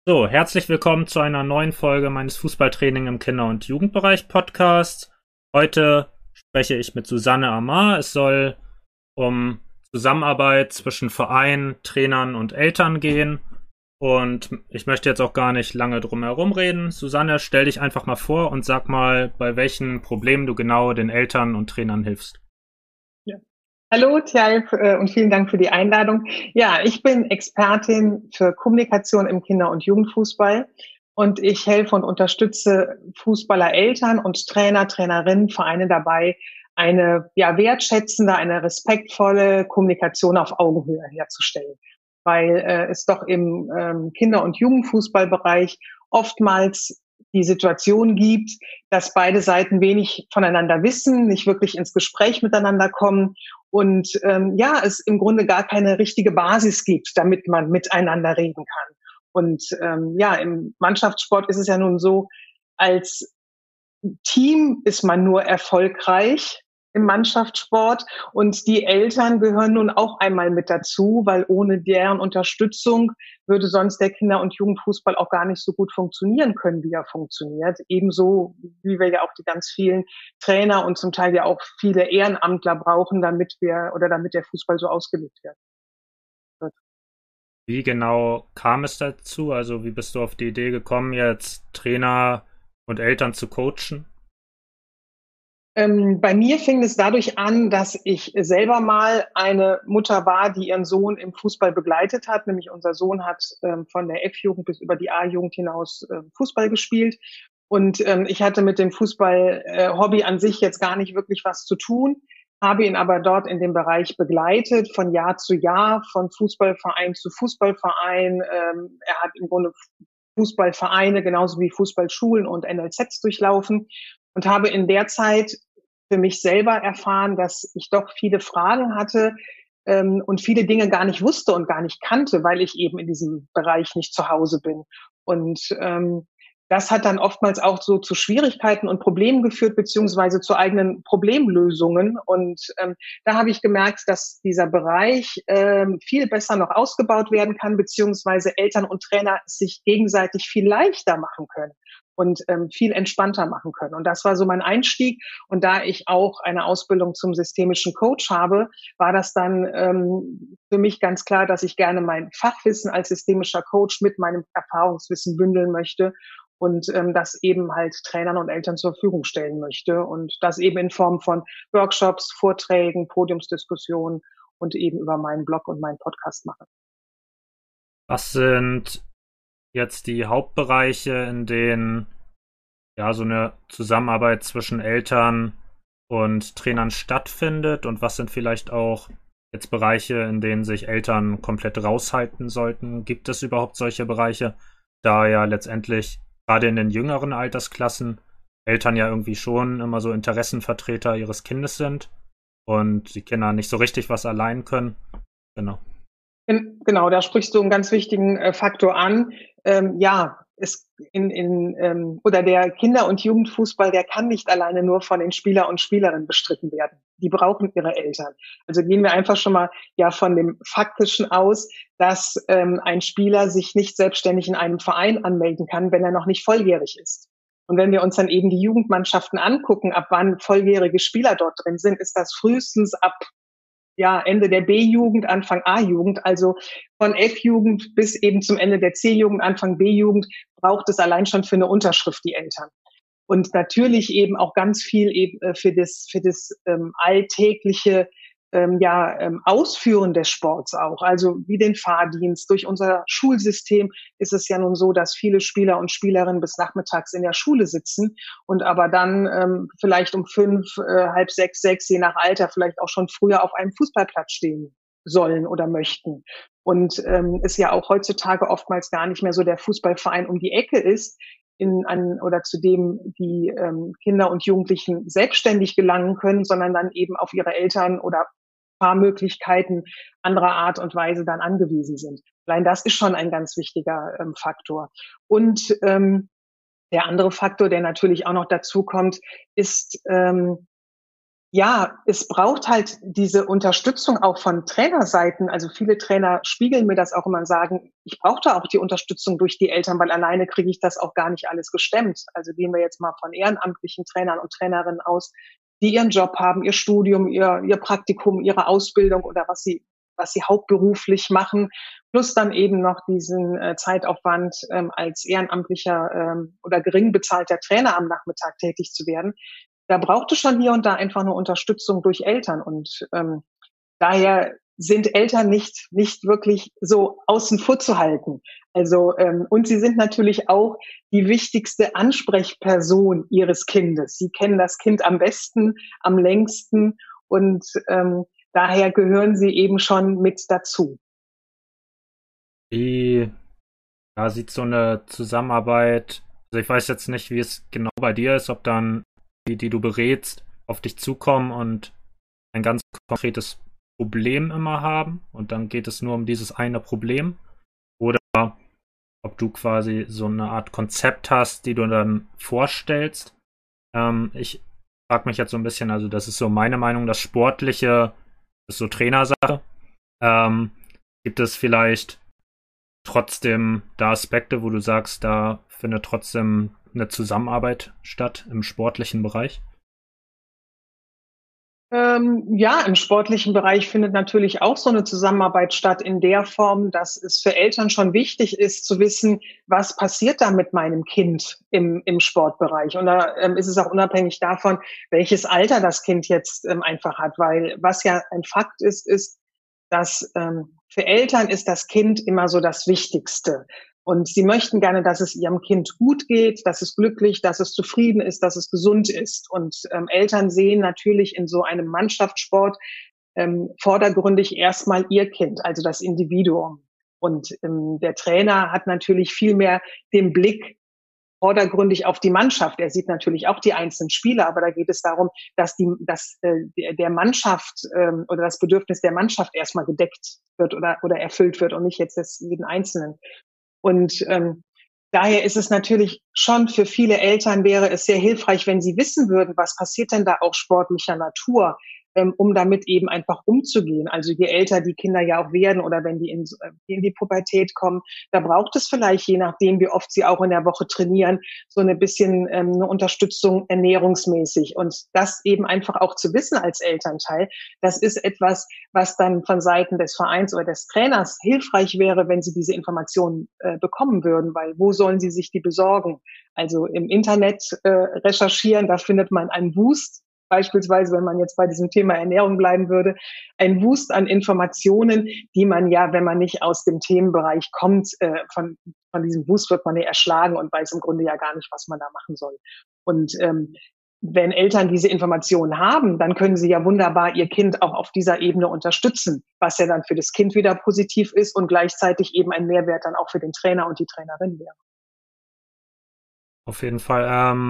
So, herzlich willkommen zu einer neuen Folge meines Fußballtraining im Kinder- und Jugendbereich Podcasts. Heute spreche ich mit Susanne Amar. Es soll um Zusammenarbeit zwischen Verein, Trainern und Eltern gehen. Und ich möchte jetzt auch gar nicht lange drum herum reden. Susanne, stell dich einfach mal vor und sag mal, bei welchen Problemen du genau den Eltern und Trainern hilfst. Ja. Hallo, Tjalf, und vielen Dank für die Einladung. Ja, ich bin Expertin für Kommunikation im Kinder- und Jugendfußball und ich helfe und unterstütze Fußballereltern und Trainer, Trainerinnen, Vereine dabei, eine wertschätzende, eine respektvolle Kommunikation auf Augenhöhe herzustellen. Weil es doch im Kinder- und Jugendfußballbereich oftmals die Situation gibt, dass beide Seiten wenig voneinander wissen, nicht wirklich ins Gespräch miteinander kommen und es im Grunde gar keine richtige Basis gibt, damit man miteinander reden kann. Und im Mannschaftssport ist es ja nun so, als Team ist man nur erfolgreich im Mannschaftssport und die Eltern gehören nun auch einmal mit dazu, weil ohne deren Unterstützung würde sonst der Kinder- und Jugendfußball auch gar nicht so gut funktionieren können, wie er funktioniert. Ebenso wie wir ja auch die ganz vielen Trainer und zum Teil ja auch viele Ehrenamtler brauchen, damit der Fußball so ausgelebt wird. Wie genau kam es dazu? Also, wie bist du auf die Idee gekommen, jetzt Trainer und Eltern zu coachen? Bei mir fing es dadurch an, dass ich selber mal eine Mutter war, die ihren Sohn im Fußball begleitet hat. Nämlich unser Sohn hat von der F-Jugend bis über die A-Jugend hinaus Fußball gespielt. Und ich hatte mit dem Fußball-Hobby an sich jetzt gar nicht wirklich was zu tun, habe ihn aber dort in dem Bereich begleitet, von Jahr zu Jahr, von Fußballverein zu Fußballverein. Er hat im Grunde Fußballvereine genauso wie Fußballschulen und NLZs durchlaufen und habe in der Zeit für mich selber erfahren, dass ich doch viele Fragen hatte und viele Dinge gar nicht wusste und gar nicht kannte, weil ich eben in diesem Bereich nicht zu Hause bin. Und das hat dann oftmals auch so zu Schwierigkeiten und Problemen geführt, beziehungsweise zu eigenen Problemlösungen. Und da habe ich gemerkt, dass dieser Bereich viel besser noch ausgebaut werden kann, beziehungsweise Eltern und Trainer sich gegenseitig viel leichter machen können und viel entspannter machen können. Und das war so mein Einstieg. Und da ich auch eine Ausbildung zum systemischen Coach habe, war das dann für mich ganz klar, dass ich gerne mein Fachwissen als systemischer Coach mit meinem Erfahrungswissen bündeln möchte und das eben halt Trainern und Eltern zur Verfügung stellen möchte. Und das eben in Form von Workshops, Vorträgen, Podiumsdiskussionen und eben über meinen Blog und meinen Podcast mache. Was sind jetzt die Hauptbereiche, in denen ja so eine Zusammenarbeit zwischen Eltern und Trainern stattfindet? Und was sind vielleicht auch jetzt Bereiche, in denen sich Eltern komplett raushalten sollten? Gibt es überhaupt solche Bereiche, da ja letztendlich gerade in den jüngeren Altersklassen Eltern ja irgendwie schon immer so Interessenvertreter ihres Kindes sind und die Kinder nicht so richtig was allein können? Genau. Genau, da sprichst du einen ganz wichtigen Faktor an. Oder der Kinder- und Jugendfußball, der kann nicht alleine nur von den Spieler und Spielerinnen bestritten werden. Die brauchen ihre Eltern. Also gehen wir einfach schon mal von dem Faktischen aus, dass ein Spieler sich nicht selbstständig in einem Verein anmelden kann, wenn er noch nicht volljährig ist. Und wenn wir uns dann eben die Jugendmannschaften angucken, ab wann volljährige Spieler dort drin sind, ist das frühestens ab Ende der B-Jugend, Anfang A-Jugend, also von F-Jugend bis eben zum Ende der C-Jugend, Anfang B-Jugend, braucht es allein schon für eine Unterschrift die Eltern. Und natürlich eben auch ganz viel eben für das alltägliche Ausführen des Sports auch, also wie den Fahrdienst. Durch unser Schulsystem ist es ja nun so, dass viele Spieler und Spielerinnen bis nachmittags in der Schule sitzen und aber dann vielleicht um 5, halb 6, 6, je nach Alter, vielleicht auch schon früher auf einem Fußballplatz stehen sollen oder möchten. Und es ja auch heutzutage oftmals gar nicht mehr so der Fußballverein um die Ecke ist, zu dem die Kinder und Jugendlichen selbstständig gelangen können, sondern dann eben auf ihre Eltern oder Fahrmöglichkeiten anderer Art und Weise dann angewiesen sind. Allein das ist schon ein ganz wichtiger Faktor. Und der andere Faktor, der natürlich auch noch dazu kommt, ist Ja, es braucht halt diese Unterstützung auch von Trainerseiten. Also viele Trainer spiegeln mir das auch immer und sagen, ich brauche da auch die Unterstützung durch die Eltern, weil alleine kriege ich das auch gar nicht alles gestemmt. Also gehen wir jetzt mal von ehrenamtlichen Trainern und Trainerinnen aus, die ihren Job haben, ihr Studium, ihr Praktikum, ihre Ausbildung oder was sie hauptberuflich machen, plus dann eben noch diesen Zeitaufwand als ehrenamtlicher oder gering bezahlter Trainer am Nachmittag tätig zu werden. Da braucht es schon hier und da einfach eine Unterstützung durch Eltern. Und daher sind Eltern nicht wirklich so außen vor zu halten. Also und sie sind natürlich auch die wichtigste Ansprechperson ihres Kindes. Sie kennen das Kind am besten, am längsten und daher gehören sie eben schon mit dazu. Wie ja, sieht so eine Zusammenarbeit, also ich weiß jetzt nicht, wie es genau bei dir ist, ob dann die du berätst, auf dich zukommen und ein ganz konkretes Problem immer haben und dann geht es nur um dieses eine Problem oder ob du quasi so eine Art Konzept hast, die du dann vorstellst. Ich frage mich jetzt so ein bisschen, also das ist so meine Meinung, das Sportliche ist so Trainersache. Ähm, Gibt es vielleicht trotzdem da Aspekte, wo du sagst, da findet trotzdem eine Zusammenarbeit statt im sportlichen Bereich? Ja, im sportlichen Bereich findet natürlich auch so eine Zusammenarbeit statt in der Form, dass es für Eltern schon wichtig ist zu wissen, was passiert da mit meinem Kind im Sportbereich. Und da ist es auch unabhängig davon, welches Alter das Kind jetzt einfach hat, weil was ja ein Fakt ist, dass für Eltern ist das Kind immer so das Wichtigste. Und sie möchten gerne, dass es ihrem Kind gut geht, dass es glücklich, dass es zufrieden ist, dass es gesund ist. Und Eltern sehen natürlich in so einem Mannschaftssport vordergründig erstmal ihr Kind, also das Individuum. Und der Trainer hat natürlich viel mehr den Blick vordergründig auf die Mannschaft. Er sieht natürlich auch die einzelnen Spieler, aber da geht es darum, dass der Mannschaft oder das Bedürfnis der Mannschaft erstmal gedeckt wird oder erfüllt wird und nicht jetzt jeden Einzelnen. Und daher ist es natürlich schon für viele Eltern wäre es sehr hilfreich, wenn sie wissen würden, was passiert denn da auch sportlicher Natur, um damit eben einfach umzugehen. Also je älter die Kinder ja auch werden oder wenn die in die Pubertät kommen, da braucht es vielleicht, je nachdem, wie oft sie auch in der Woche trainieren, so eine bisschen eine Unterstützung ernährungsmäßig. Und das eben einfach auch zu wissen als Elternteil, das ist etwas, was dann von Seiten des Vereins oder des Trainers hilfreich wäre, wenn sie diese Informationen bekommen würden, weil wo sollen sie sich die besorgen? Also im Internet recherchieren, da findet man einen Wust, beispielsweise, wenn man jetzt bei diesem Thema Ernährung bleiben würde, ein Wust an Informationen, die man ja, wenn man nicht aus dem Themenbereich kommt, von diesem Wust wird man ja erschlagen und weiß im Grunde ja gar nicht, was man da machen soll. Und wenn Eltern diese Informationen haben, dann können sie ja wunderbar ihr Kind auch auf dieser Ebene unterstützen, was ja dann für das Kind wieder positiv ist und gleichzeitig eben ein Mehrwert dann auch für den Trainer und die Trainerin wäre. Auf jeden Fall.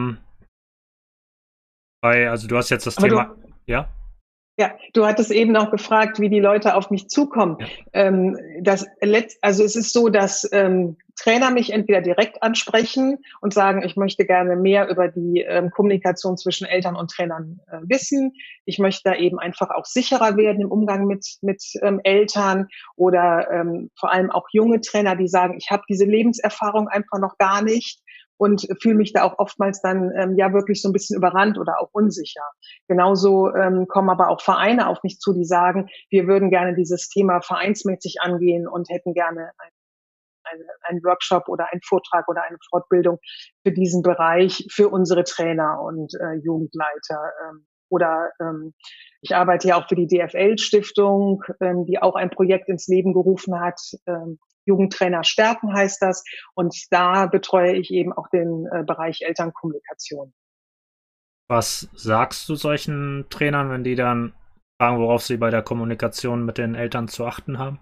Also du hast jetzt das Aber Thema, ja? ja, du hattest eben noch gefragt, wie die Leute auf mich zukommen. Ja. Also es ist so, dass Trainer mich entweder direkt ansprechen und sagen, ich möchte gerne mehr über die Kommunikation zwischen Eltern und Trainern wissen. Ich möchte da eben einfach auch sicherer werden im Umgang mit Eltern oder vor allem auch junge Trainer, die sagen, ich habe diese Lebenserfahrung einfach noch gar nicht und fühle mich da auch oftmals dann ja wirklich so ein bisschen überrannt oder auch unsicher. Genauso kommen aber auch Vereine auf mich zu, die sagen, wir würden gerne dieses Thema vereinsmäßig angehen und hätten gerne einen Workshop oder einen Vortrag oder eine Fortbildung für diesen Bereich für unsere Trainer und Jugendleiter. Oder ich arbeite ja auch für die DFL-Stiftung, die auch ein Projekt ins Leben gerufen hat. Jugendtrainer stärken heißt das. Und da betreue ich eben auch den Bereich Elternkommunikation. Was sagst du solchen Trainern, wenn die dann fragen, worauf sie bei der Kommunikation mit den Eltern zu achten haben?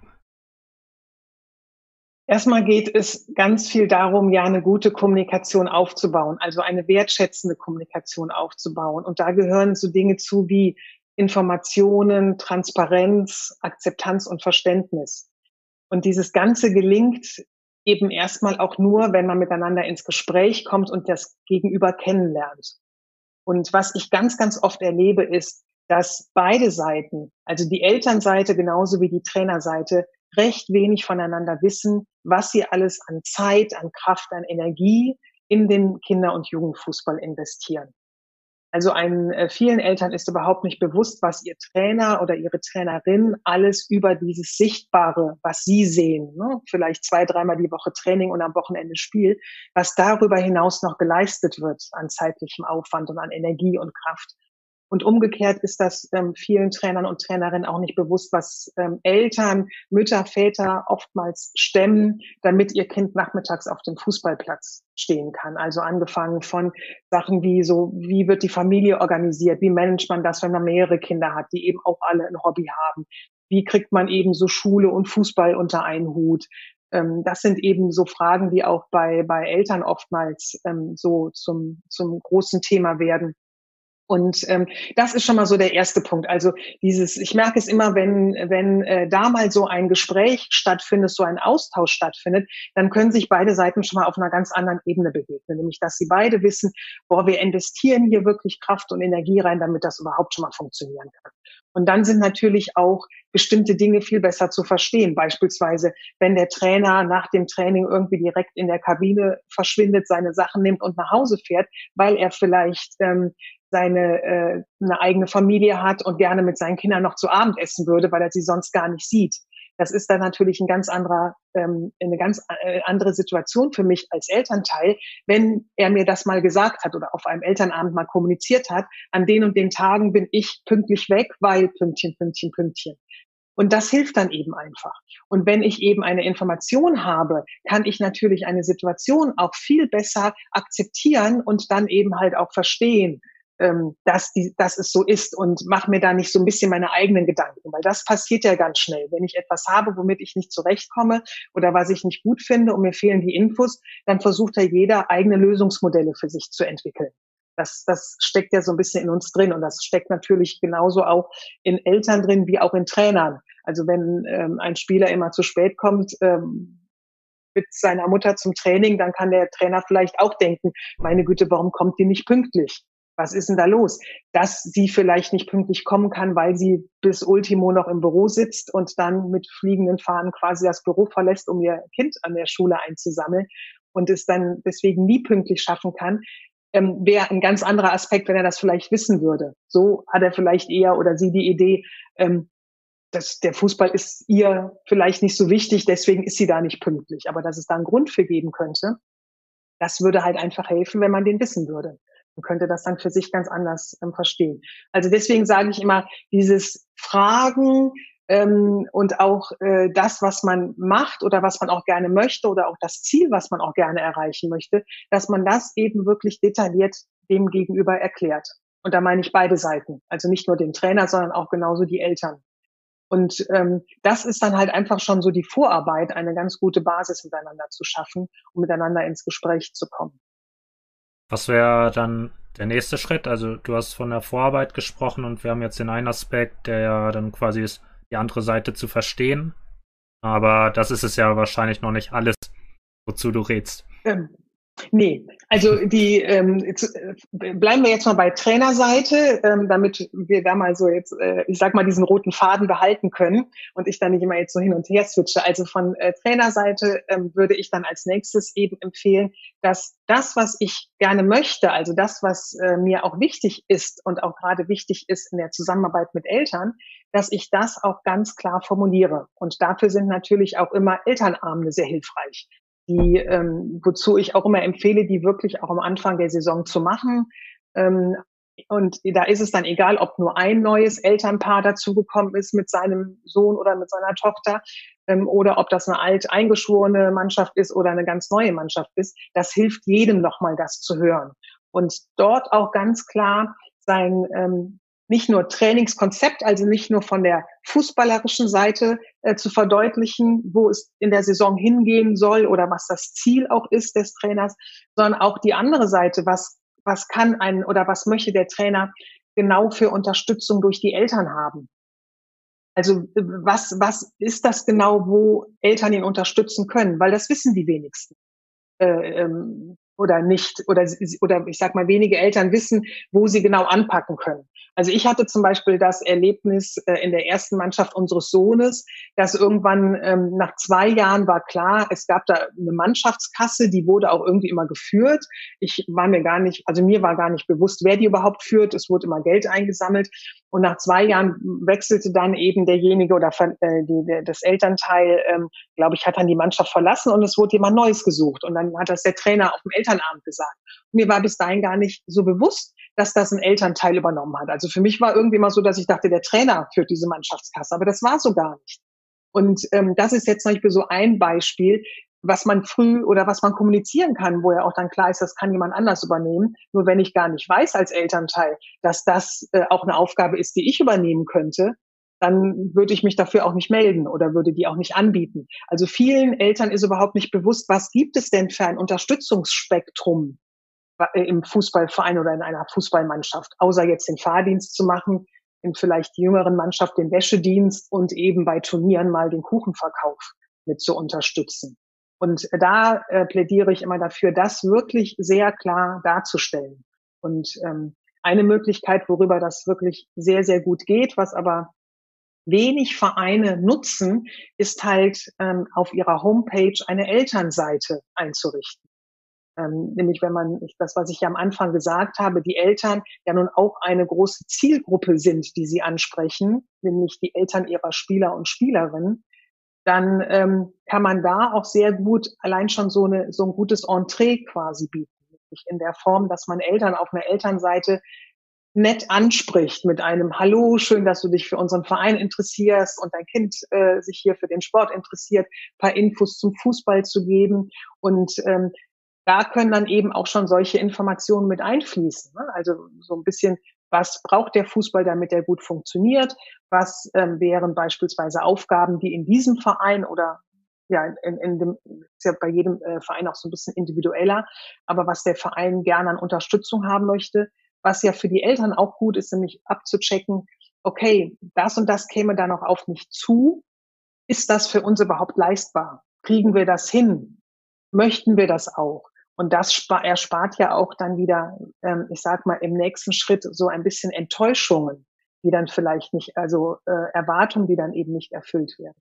Erstmal geht es ganz viel darum, ja, eine gute Kommunikation aufzubauen, also eine wertschätzende Kommunikation aufzubauen. Und da gehören so Dinge zu wie Informationen, Transparenz, Akzeptanz und Verständnis. Und dieses Ganze gelingt eben erstmal auch nur, wenn man miteinander ins Gespräch kommt und das Gegenüber kennenlernt. Und was ich ganz, ganz oft erlebe, ist, dass beide Seiten, also die Elternseite genauso wie die Trainerseite, recht wenig voneinander wissen, was sie alles an Zeit, an Kraft, an Energie in den Kinder- und Jugendfußball investieren. Also vielen Eltern ist überhaupt nicht bewusst, was ihr Trainer oder ihre Trainerin alles über dieses Sichtbare, was sie sehen, ne? Vielleicht 2, dreimal die Woche Training und am Wochenende Spiel, was darüber hinaus noch geleistet wird an zeitlichem Aufwand und an Energie und Kraft. Und umgekehrt ist das vielen Trainern und Trainerinnen auch nicht bewusst, was Eltern, Mütter, Väter oftmals stemmen, damit ihr Kind nachmittags auf dem Fußballplatz stehen kann. Also angefangen von Sachen wie so, wie wird die Familie organisiert, wie managt man das, wenn man mehrere Kinder hat, die eben auch alle ein Hobby haben. Wie kriegt man eben so Schule und Fußball unter einen Hut? Das sind eben so Fragen, die auch bei Eltern oftmals so zum großen Thema werden. Und das ist schon mal so der erste Punkt. Also ich merke es immer, wenn da mal so ein Gespräch stattfindet, so ein Austausch stattfindet, dann können sich beide Seiten schon mal auf einer ganz anderen Ebene begegnen. Nämlich, dass sie beide wissen, boah, wir investieren hier wirklich Kraft und Energie rein, damit das überhaupt schon mal funktionieren kann. Und dann sind natürlich auch bestimmte Dinge viel besser zu verstehen. Beispielsweise, wenn der Trainer nach dem Training irgendwie direkt in der Kabine verschwindet, seine Sachen nimmt und nach Hause fährt, weil er vielleicht eine eigene Familie hat und gerne mit seinen Kindern noch zu Abend essen würde, weil er sie sonst gar nicht sieht. Das ist dann natürlich eine ganz andere Situation für mich als Elternteil, wenn er mir das mal gesagt hat oder auf einem Elternabend mal kommuniziert hat, an den und den Tagen bin ich pünktlich weg, weil Pünktchen, Pünktchen, Pünktchen. Und das hilft dann eben einfach. Und wenn ich eben eine Information habe, kann ich natürlich eine Situation auch viel besser akzeptieren und dann eben halt auch verstehen, dass es so ist und mache mir da nicht so ein bisschen meine eigenen Gedanken, weil das passiert ja ganz schnell. Wenn ich etwas habe, womit ich nicht zurechtkomme oder was ich nicht gut finde und mir fehlen die Infos, dann versucht ja jeder eigene Lösungsmodelle für sich zu entwickeln. Das steckt ja so ein bisschen in uns drin und das steckt natürlich genauso auch in Eltern drin wie auch in Trainern. Also wenn ein Spieler immer zu spät kommt, mit seiner Mutter zum Training, dann kann der Trainer vielleicht auch denken, meine Güte, warum kommt die nicht pünktlich? Was ist denn da los? Dass sie vielleicht nicht pünktlich kommen kann, weil sie bis Ultimo noch im Büro sitzt und dann mit fliegenden Fahnen quasi das Büro verlässt, um ihr Kind an der Schule einzusammeln und es dann deswegen nie pünktlich schaffen kann, wäre ein ganz anderer Aspekt, wenn er das vielleicht wissen würde. So hat er vielleicht eher oder sie die Idee, dass der Fußball ist ihr vielleicht nicht so wichtig, deswegen ist sie da nicht pünktlich. Aber dass es da einen Grund für geben könnte, das würde halt einfach helfen, wenn man den wissen würde. Man könnte das dann für sich ganz anders verstehen. Also deswegen sage ich immer, dieses Fragen und auch das, was man macht oder was man auch gerne möchte oder auch das Ziel, was man auch gerne erreichen möchte, dass man das eben wirklich detailliert dem Gegenüber erklärt. Und da meine ich beide Seiten. Also nicht nur den Trainer, sondern auch genauso die Eltern. Und das ist dann halt einfach schon so die Vorarbeit, eine ganz gute Basis miteinander zu schaffen, um miteinander ins Gespräch zu kommen. Was wäre dann der nächste Schritt? Also du hast von der Vorarbeit gesprochen und wir haben jetzt den einen Aspekt, der ja dann quasi ist, die andere Seite zu verstehen. Aber das ist es ja wahrscheinlich noch nicht alles, wozu du redest. Nee, also bleiben wir jetzt mal bei Trainerseite, damit wir da mal so jetzt, ich sag mal, diesen roten Faden behalten können und ich dann nicht immer jetzt so hin und her switche. Also von Trainerseite würde ich dann als nächstes eben empfehlen, dass das, was ich gerne möchte, also das, was mir auch wichtig ist und auch gerade wichtig ist in der Zusammenarbeit mit Eltern, dass ich das auch ganz klar formuliere. Und dafür sind natürlich auch immer Elternabende sehr hilfreich, die wozu ich auch immer empfehle, die wirklich auch am Anfang der Saison zu machen. Und da ist es dann egal, ob nur ein neues Elternpaar dazugekommen ist mit seinem Sohn oder mit seiner Tochter oder ob das eine alt eingeschworene Mannschaft ist oder eine ganz neue Mannschaft ist. Das hilft jedem nochmal, das zu hören. Und dort auch ganz klar sein nicht nur Trainingskonzept, also nicht nur von der fußballerischen Seite zu verdeutlichen, wo es in der Saison hingehen soll oder was das Ziel auch ist des Trainers, sondern auch die andere Seite, was kann ein oder was möchte der Trainer genau für Unterstützung durch die Eltern haben. Also was ist das genau, wo Eltern ihn unterstützen können? Weil das wissen die wenigsten. Oder nicht, oder ich sag mal, wenige Eltern wissen, wo sie genau anpacken können. Also ich hatte zum Beispiel das Erlebnis in der ersten Mannschaft unseres Sohnes, dass irgendwann nach 2 Jahren war klar, es gab da eine Mannschaftskasse, die wurde auch irgendwie immer geführt. Mir war gar nicht bewusst, wer die überhaupt führt. Es wurde immer Geld eingesammelt. Und nach 2 Jahren wechselte dann eben derjenige oder das Elternteil, glaube ich, hat dann die Mannschaft verlassen und es wurde jemand Neues gesucht. Und dann hat das der Trainer auf dem Elternabend gesagt. Mir war bis dahin gar nicht so bewusst, dass das ein Elternteil übernommen hat. Also für mich war irgendwie immer so, dass ich dachte, der Trainer führt diese Mannschaftskasse, aber das war so gar nicht. Und das ist jetzt zum Beispiel so ein Beispiel, was man früh oder was man kommunizieren kann, wo ja auch dann klar ist, das kann jemand anders übernehmen. Nur wenn ich gar nicht weiß als Elternteil, dass das auch eine Aufgabe ist, die ich übernehmen könnte, dann würde ich mich dafür auch nicht melden oder würde die auch nicht anbieten. Also vielen Eltern ist überhaupt nicht bewusst, was gibt es denn für ein Unterstützungsspektrum im Fußballverein oder in einer Fußballmannschaft, außer jetzt den Fahrdienst zu machen, in vielleicht die jüngeren Mannschaft den Wäschedienst und eben bei Turnieren mal den Kuchenverkauf mit zu unterstützen. Und da plädiere ich immer dafür, das wirklich sehr klar darzustellen. Und eine Möglichkeit, worüber das wirklich sehr, sehr gut geht, was aber wenig Vereine nutzen, ist halt auf ihrer Homepage eine Elternseite einzurichten. Nämlich wenn das, was ich ja am Anfang gesagt habe, die Eltern ja nun auch eine große Zielgruppe sind, die sie ansprechen, nämlich die Eltern ihrer Spieler und Spielerinnen, dann kann man da auch sehr gut allein schon so ein gutes Entree quasi bieten. Nämlich in der Form, dass man Eltern auf einer Elternseite nett anspricht mit einem Hallo, schön, dass du dich für unseren Verein interessierst und dein Kind sich hier für den Sport interessiert, paar Infos zum Fußball zu geben. Und da können dann eben auch schon solche Informationen mit einfließen. Ne? Also so ein bisschen, was braucht der Fußball, damit er gut funktioniert? Was wären beispielsweise Aufgaben, die in diesem Verein oder ja, ist ja bei jedem Verein auch so ein bisschen individueller, aber was der Verein gerne an Unterstützung haben möchte, was ja für die Eltern auch gut ist, nämlich abzuchecken, okay, das und das käme da noch auf mich zu. Ist das für uns überhaupt leistbar? Kriegen wir das hin? Möchten wir das auch? Und das erspart ja auch dann wieder, ich sag mal, im nächsten Schritt so ein bisschen Enttäuschungen, die dann vielleicht nicht, also Erwartungen, die dann eben nicht erfüllt werden.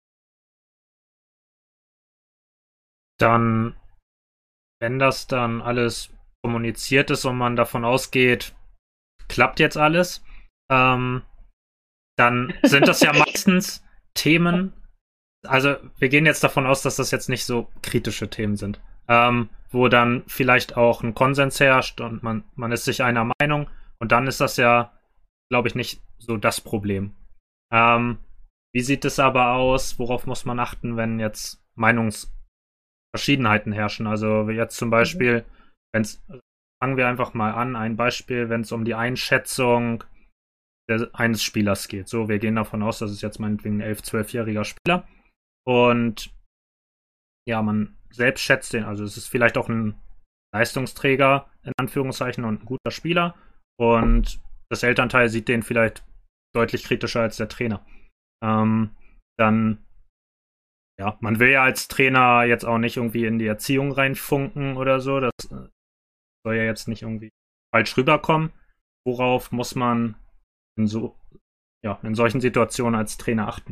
Dann, wenn das dann alles kommuniziert ist und man davon ausgeht, klappt jetzt alles, dann sind das ja meistens Themen, also wir gehen jetzt davon aus, dass das jetzt nicht so kritische Themen sind, wo dann vielleicht auch ein Konsens herrscht und man ist sich einer Meinung und dann ist das ja, glaube ich, nicht so das Problem. Wie sieht es aber aus? Worauf muss man achten, wenn jetzt Meinungsverschiedenheiten herrschen? Also jetzt zum Beispiel, fangen wir einfach mal an, ein Beispiel, wenn es um die Einschätzung eines Spielers geht. So, wir gehen davon aus, dass es jetzt meinetwegen ein 11-, 12-jähriger Spieler und ja, man selbst schätzt den, also es ist vielleicht auch ein Leistungsträger, in Anführungszeichen, und ein guter Spieler und das Elternteil sieht den vielleicht deutlich kritischer als der Trainer. Dann, ja, man will ja als Trainer jetzt auch nicht irgendwie in die Erziehung reinfunken oder so, das soll ja jetzt nicht irgendwie falsch rüberkommen. Worauf muss man in solchen Situationen als Trainer achten?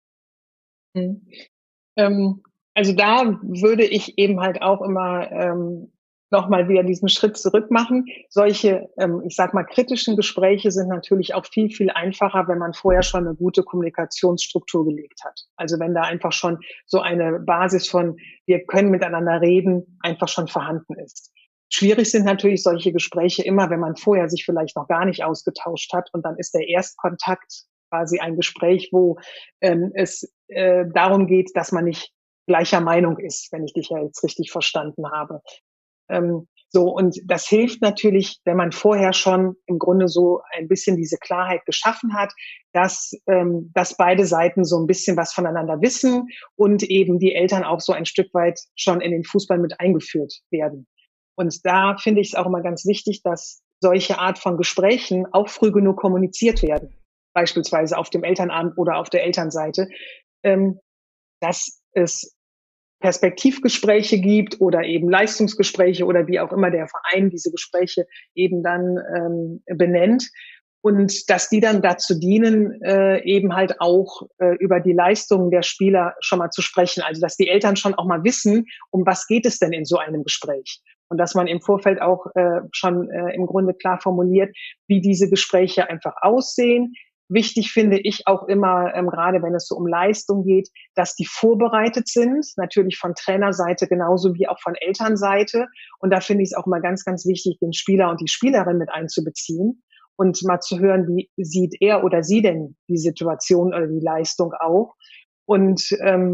Also da würde ich eben halt auch immer nochmal wieder diesen Schritt zurück machen. Solche, ich sag mal, kritischen Gespräche sind natürlich auch viel, viel einfacher, wenn man vorher schon eine gute Kommunikationsstruktur gelegt hat. Also wenn da einfach schon so eine Basis von, wir können miteinander reden, einfach schon vorhanden ist. Schwierig sind natürlich solche Gespräche immer, wenn man vorher sich vielleicht noch gar nicht ausgetauscht hat und dann ist der Erstkontakt quasi ein Gespräch, wo es darum geht, dass man nicht gleicher Meinung ist, wenn ich dich ja jetzt richtig verstanden habe. Und das hilft natürlich, wenn man vorher schon im Grunde so ein bisschen diese Klarheit geschaffen hat, dass beide Seiten so ein bisschen was voneinander wissen und eben die Eltern auch so ein Stück weit schon in den Fußball mit eingeführt werden. Und da finde ich es auch immer ganz wichtig, dass solche Art von Gesprächen auch früh genug kommuniziert werden, beispielsweise auf dem Elternabend oder auf der Elternseite, dass es Perspektivgespräche gibt oder eben Leistungsgespräche oder wie auch immer der Verein diese Gespräche eben dann benennt und dass die dann dazu dienen, eben halt auch über die Leistungen der Spieler schon mal zu sprechen. Also dass die Eltern schon auch mal wissen, um was geht es denn in so einem Gespräch. Und dass man im Vorfeld auch schon im Grunde klar formuliert, wie diese Gespräche einfach aussehen. Wichtig finde ich auch immer, gerade wenn es so um Leistung geht, dass die vorbereitet sind, natürlich von Trainerseite genauso wie auch von Elternseite. Und da finde ich es auch mal ganz, ganz wichtig, den Spieler und die Spielerin mit einzubeziehen und mal zu hören, wie sieht er oder sie denn die Situation oder die Leistung auch. Und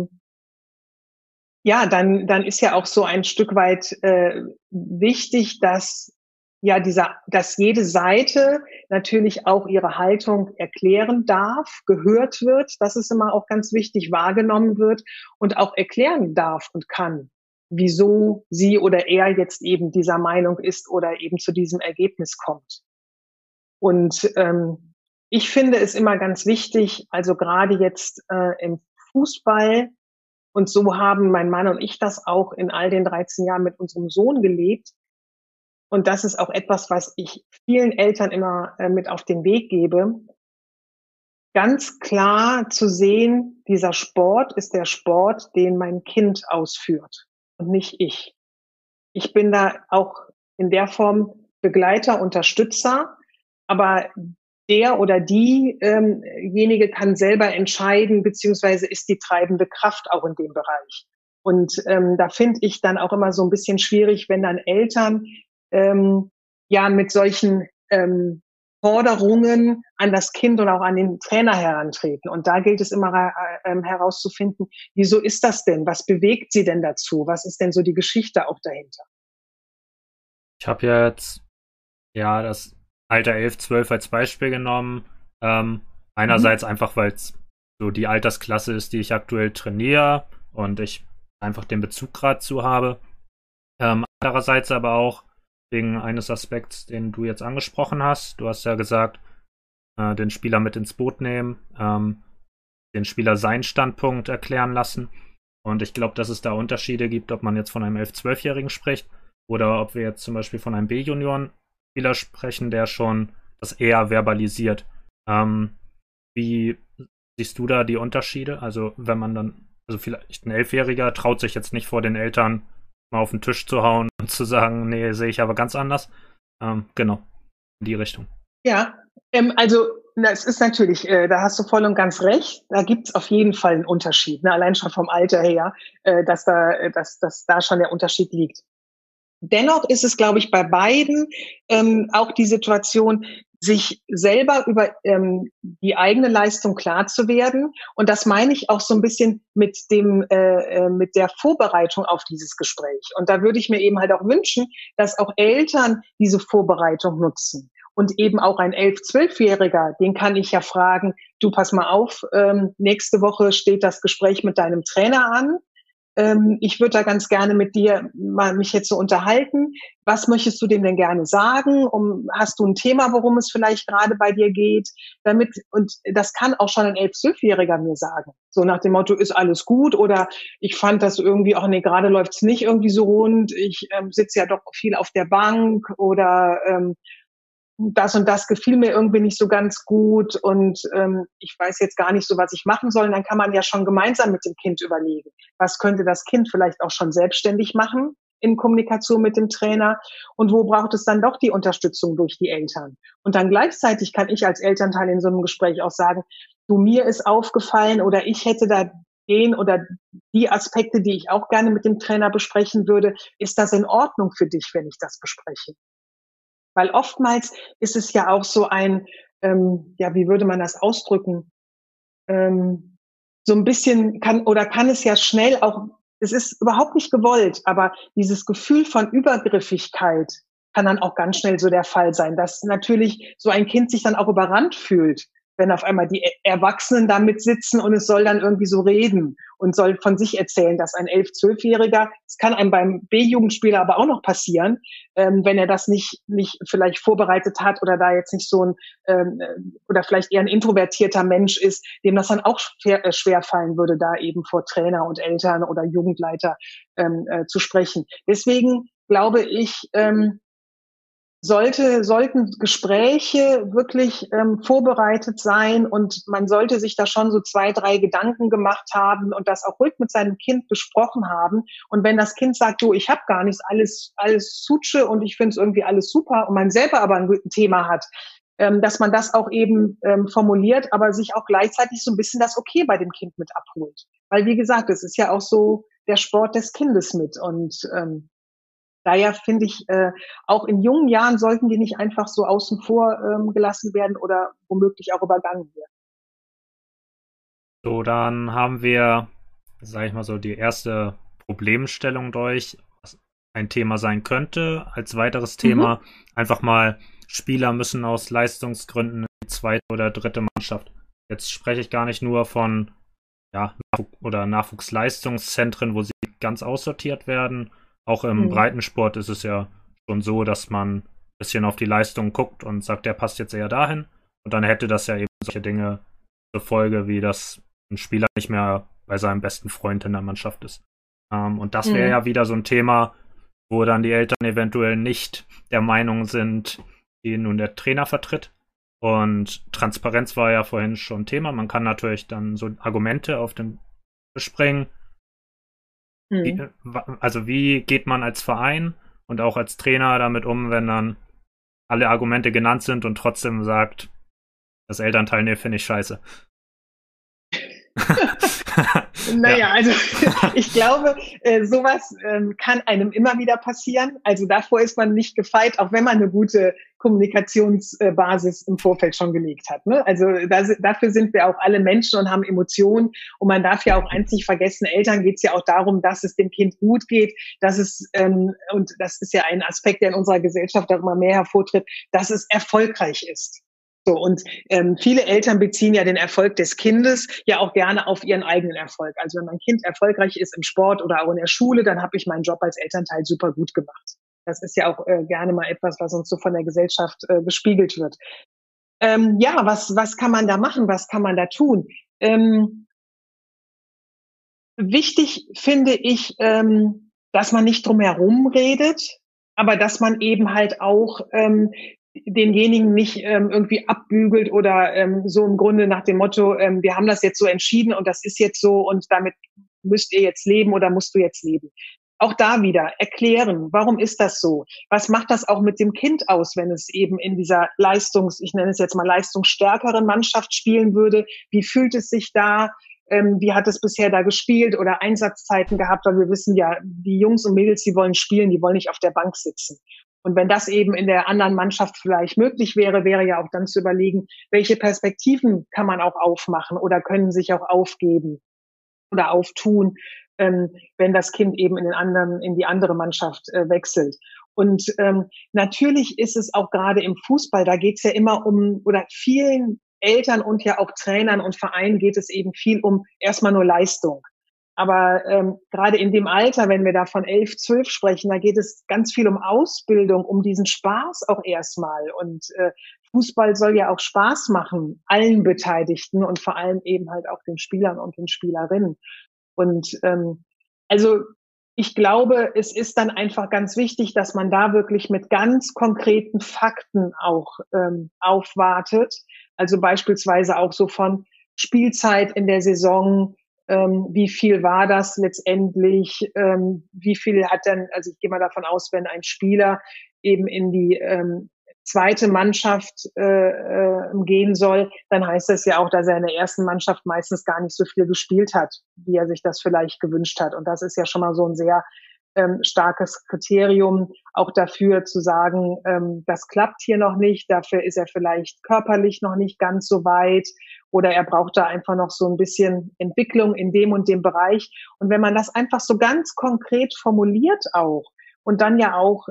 ja, dann ist ja auch so ein Stück weit wichtig, dass dass jede Seite natürlich auch ihre Haltung erklären darf, gehört wird, das ist immer auch ganz wichtig, wahrgenommen wird und auch erklären darf und kann, wieso sie oder er jetzt eben dieser Meinung ist oder eben zu diesem Ergebnis kommt. Und ich finde es immer ganz wichtig, also gerade jetzt im Fußball, und so haben mein Mann und ich das auch in all den 13 Jahren mit unserem Sohn gelebt. Und das ist auch etwas, was ich vielen Eltern immer mit auf den Weg gebe. Ganz klar zu sehen, dieser Sport ist der Sport, den mein Kind ausführt und nicht ich. Ich bin da auch in der Form Begleiter, Unterstützer, aber der oder diejenige kann selber entscheiden, beziehungsweise ist die treibende Kraft auch in dem Bereich. Und da finde ich dann auch immer so ein bisschen schwierig, wenn dann Eltern ja mit solchen Forderungen an das Kind und auch an den Trainer herantreten. Und da gilt es immer herauszufinden, wieso ist das denn? Was bewegt sie denn dazu? Was ist denn so die Geschichte auch dahinter? Ich habe jetzt ja das Alter 11, 12 als Beispiel genommen. Einerseits Mhm. einfach, weil es so die Altersklasse ist, die ich aktuell trainiere und ich einfach den Bezug gerade zu habe. Andererseits aber auch wegen eines Aspekts, den du jetzt angesprochen hast. Du hast ja gesagt, den Spieler mit ins Boot nehmen, den Spieler seinen Standpunkt erklären lassen. Und ich glaube, dass es da Unterschiede gibt, ob man jetzt von einem 11-, 12-Jährigen spricht oder ob wir jetzt zum Beispiel von einem B-Junioren-Spieler sprechen, der schon das eher verbalisiert. Wie siehst du da die Unterschiede? Also wenn man dann, also vielleicht ein Elfjähriger traut sich jetzt nicht vor den Eltern mal auf den Tisch zu hauen und zu sagen, nee, sehe ich aber ganz anders. Genau, in die Richtung. Ja, also es ist natürlich, da hast du voll und ganz recht. Da gibt's auf jeden Fall einen Unterschied, ne? Allein schon vom Alter her, dass da schon der Unterschied liegt. Dennoch ist es, glaube ich, bei beiden auch die Situation, sich selber über die eigene Leistung klar zu werden. Und das meine ich auch so ein bisschen mit der Vorbereitung auf dieses Gespräch. Und da würde ich mir eben halt auch wünschen, dass auch Eltern diese Vorbereitung nutzen. Und eben auch ein 11-, 12-Jähriger, den kann ich ja fragen, du pass mal auf, nächste Woche steht das Gespräch mit deinem Trainer an. Ich würde da ganz gerne mit dir mal mich jetzt so unterhalten. Was möchtest du dem denn gerne sagen? Hast du ein Thema, worum es vielleicht gerade bei dir geht? Und das kann auch schon ein 11-, 12-Jähriger mir sagen. So nach dem Motto, ist alles gut? Oder ich fand das irgendwie, ach nee, gerade läuft's nicht irgendwie so rund. Ich sitze ja doch viel auf der Bank oder das und das gefiel mir irgendwie nicht so ganz gut und ich weiß jetzt gar nicht so, was ich machen soll. Und dann kann man ja schon gemeinsam mit dem Kind überlegen, was könnte das Kind vielleicht auch schon selbstständig machen in Kommunikation mit dem Trainer und wo braucht es dann doch die Unterstützung durch die Eltern. Und dann gleichzeitig kann ich als Elternteil in so einem Gespräch auch sagen, du, mir ist aufgefallen oder ich hätte da den oder die Aspekte, die ich auch gerne mit dem Trainer besprechen würde. Ist das in Ordnung für dich, wenn ich das bespreche? Weil oftmals ist es ja auch so ja, wie würde man das ausdrücken? Ähm, so ein bisschen kann es ja schnell auch, es ist überhaupt nicht gewollt, aber dieses Gefühl von Übergriffigkeit kann dann auch ganz schnell so der Fall sein, dass natürlich so ein Kind sich dann auch überrannt fühlt, wenn auf einmal die Erwachsenen da sitzen und es soll dann irgendwie so reden und soll von sich erzählen, dass ein 11-, 12-Jähriger, das kann einem beim B-Jugendspieler aber auch noch passieren, wenn er das nicht vielleicht vorbereitet hat oder da jetzt nicht so oder vielleicht eher ein introvertierter Mensch ist, dem das dann auch schwer fallen würde, da eben vor Trainer und Eltern oder Jugendleiter zu sprechen. Deswegen glaube ich, sollten Gespräche wirklich vorbereitet sein und man sollte sich da schon so 2, 3 Gedanken gemacht haben und das auch ruhig mit seinem Kind besprochen haben. Und wenn das Kind sagt, du, ich habe gar nichts, alles Sutsche und ich finde es irgendwie alles super und man selber aber ein Thema hat, dass man das auch eben formuliert, aber sich auch gleichzeitig so ein bisschen das Okay bei dem Kind mit abholt. Weil wie gesagt, es ist ja auch so der Sport des Kindes mit und daher finde ich, auch in jungen Jahren sollten die nicht einfach so außen vor gelassen werden oder womöglich auch übergangen werden. So, dann haben wir, sag ich mal so, die erste Problemstellung durch, was ein Thema sein könnte. Als weiteres Mhm. Thema einfach mal, Spieler müssen aus Leistungsgründen in die zweite oder dritte Mannschaft. Jetzt spreche ich gar nicht nur von ja, oder Nachwuchsleistungszentren, wo sie ganz aussortiert werden. Auch im Mhm. Breitensport ist es ja schon so, dass man ein bisschen auf die Leistung guckt und sagt, der passt jetzt eher dahin. Und dann hätte das ja eben solche Dinge zur Folge, wie dass ein Spieler nicht mehr bei seinem besten Freund in der Mannschaft ist. Und das wäre Mhm. ja wieder so ein Thema, wo dann die Eltern eventuell nicht der Meinung sind, die nun der Trainer vertritt. Und Transparenz war ja vorhin schon Thema. Man kann natürlich dann so Argumente auf den Tisch bringen. Mhm. Also wie geht man als Verein und auch als Trainer damit um, wenn dann alle Argumente genannt sind und trotzdem sagt, das Elternteil, nee, finde ich scheiße. Ja. Naja, also ich glaube, sowas kann einem immer wieder passieren. Also davor ist man nicht gefeit, auch wenn man eine gute Kommunikationsbasis im Vorfeld schon gelegt hat. Ne? Also dafür sind wir auch alle Menschen und haben Emotionen. Und man darf ja auch eins nicht vergessen, Eltern geht es ja auch darum, dass es dem Kind gut geht, dass es, und das ist ja ein Aspekt, der in unserer Gesellschaft auch immer mehr hervortritt, dass es erfolgreich ist. So, und viele Eltern beziehen ja den Erfolg des Kindes ja auch gerne auf ihren eigenen Erfolg. Also wenn mein Kind erfolgreich ist im Sport oder auch in der Schule, dann habe ich meinen Job als Elternteil super gut gemacht. Das ist ja auch gerne mal etwas, was uns so von der Gesellschaft gespiegelt wird. Ja, was kann man da machen? Was kann man da tun? Wichtig finde ich, dass man nicht drum herum redet, aber dass man eben halt auch denjenigen nicht irgendwie abbügelt oder so im Grunde nach dem Motto, wir haben das jetzt so entschieden und das ist jetzt so und damit müsst ihr jetzt leben oder musst du jetzt leben. Auch da wieder erklären, warum ist das so? Was macht das auch mit dem Kind aus, wenn es eben in dieser ich nenne es jetzt mal leistungsstärkeren Mannschaft spielen würde? Wie fühlt es sich da? Wie hat es bisher da gespielt oder Einsatzzeiten gehabt, weil wir wissen ja, die Jungs und Mädels, die wollen spielen, die wollen nicht auf der Bank sitzen. Und wenn das eben in der anderen Mannschaft vielleicht möglich wäre, wäre ja auch dann zu überlegen, welche Perspektiven kann man auch aufmachen oder können sich auch aufgeben oder auftun, wenn das Kind eben in die andere Mannschaft wechselt. Und natürlich ist es auch gerade im Fußball, da geht es ja immer um, oder vielen Eltern und ja auch Trainern und Vereinen geht es eben viel um erstmal nur Leistung. Aber gerade in dem Alter, wenn wir da von 11, 12 sprechen, da geht es ganz viel um Ausbildung, um diesen Spaß auch erstmal. Und Fußball soll ja auch Spaß machen, allen Beteiligten und vor allem eben halt auch den Spielern und den Spielerinnen. Und also ich glaube, es ist dann einfach ganz wichtig, dass man da wirklich mit ganz konkreten Fakten auch aufwartet. Also beispielsweise auch so von Spielzeit in der Saison, wie viel war das letztendlich, wie viel hat dann, also ich gehe mal davon aus, wenn ein Spieler eben in die zweite Mannschaft gehen soll, dann heißt das ja auch, dass er in der ersten Mannschaft meistens gar nicht so viel gespielt hat, wie er sich das vielleicht gewünscht hat. Und das ist ja schon mal so ein sehr starkes Kriterium auch dafür zu sagen, das klappt hier noch nicht, dafür ist er vielleicht körperlich noch nicht ganz so weit oder er braucht da einfach noch so ein bisschen Entwicklung in dem und dem Bereich. Und wenn man das einfach so ganz konkret formuliert auch und dann ja auch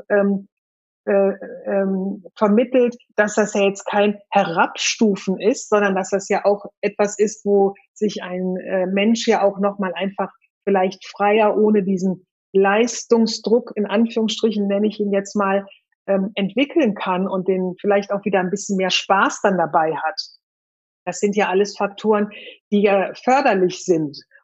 vermittelt, dass das ja jetzt kein Herabstufen ist, sondern dass das ja auch etwas ist, wo sich ein Mensch ja auch nochmal einfach vielleicht freier ohne diesen Leistungsdruck, in Anführungsstrichen nenne ich ihn jetzt mal, entwickeln kann und den vielleicht auch wieder ein bisschen mehr Spaß dann dabei hat. Das sind ja alles Faktoren, die ja förderlich sind.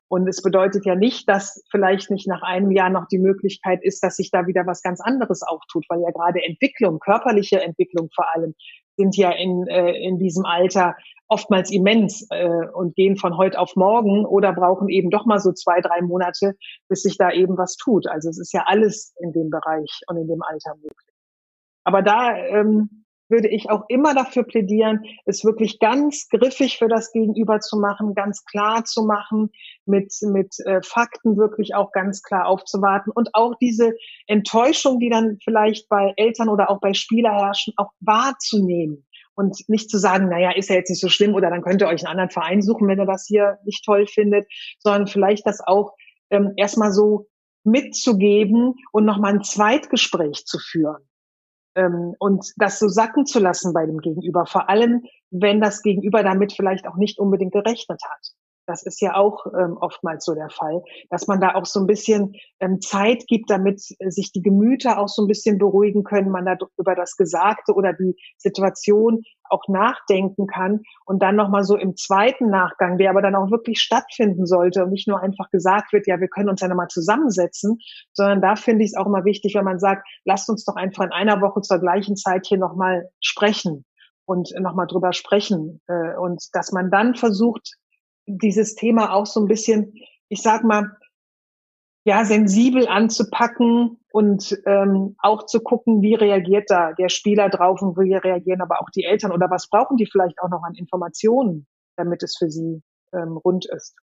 Und es bedeutet ja nicht, dass vielleicht nicht nach einem Jahr noch die Möglichkeit ist, dass sich da wieder was ganz anderes auftut, weil ja gerade Entwicklung, körperliche Entwicklung vor allem, sind ja in diesem Alter oftmals immens und gehen von heute auf morgen oder brauchen eben doch mal so 2, 3 Monate, bis sich da eben was tut. Also es ist ja alles in dem Bereich und in dem Alter möglich. Aber da würde ich auch immer dafür plädieren, es wirklich ganz griffig für das Gegenüber zu machen, ganz klar zu machen, mit Fakten wirklich auch ganz klar aufzuwarten und auch diese Enttäuschung, die dann vielleicht bei Eltern oder auch bei Spielern herrschen, auch wahrzunehmen. Und nicht zu sagen, naja, ist ja jetzt nicht so schlimm oder dann könnt ihr euch einen anderen Verein suchen, wenn ihr das hier nicht toll findet, sondern vielleicht das auch erstmal so mitzugeben und nochmal ein Zweitgespräch zu führen und das so sacken zu lassen bei dem Gegenüber, vor allem wenn das Gegenüber damit vielleicht auch nicht unbedingt gerechnet hat. Das ist ja auch oftmals so der Fall, dass man da auch so ein bisschen Zeit gibt, damit sich die Gemüter auch so ein bisschen beruhigen können, man da über das Gesagte oder die Situation auch nachdenken kann und dann nochmal so im zweiten Nachgang, der aber dann auch wirklich stattfinden sollte und nicht nur einfach gesagt wird, ja, wir können uns ja nochmal zusammensetzen, sondern da finde ich es auch immer wichtig, wenn man sagt, lasst uns doch einfach in einer Woche zur gleichen Zeit hier nochmal sprechen und nochmal drüber sprechen und dass man dann versucht, dieses Thema auch so ein bisschen, ich sag mal, ja, sensibel anzupacken und auch zu gucken, wie reagiert da der Spieler drauf und wie reagieren aber auch die Eltern oder was brauchen die vielleicht auch noch an Informationen, damit es für sie rund ist.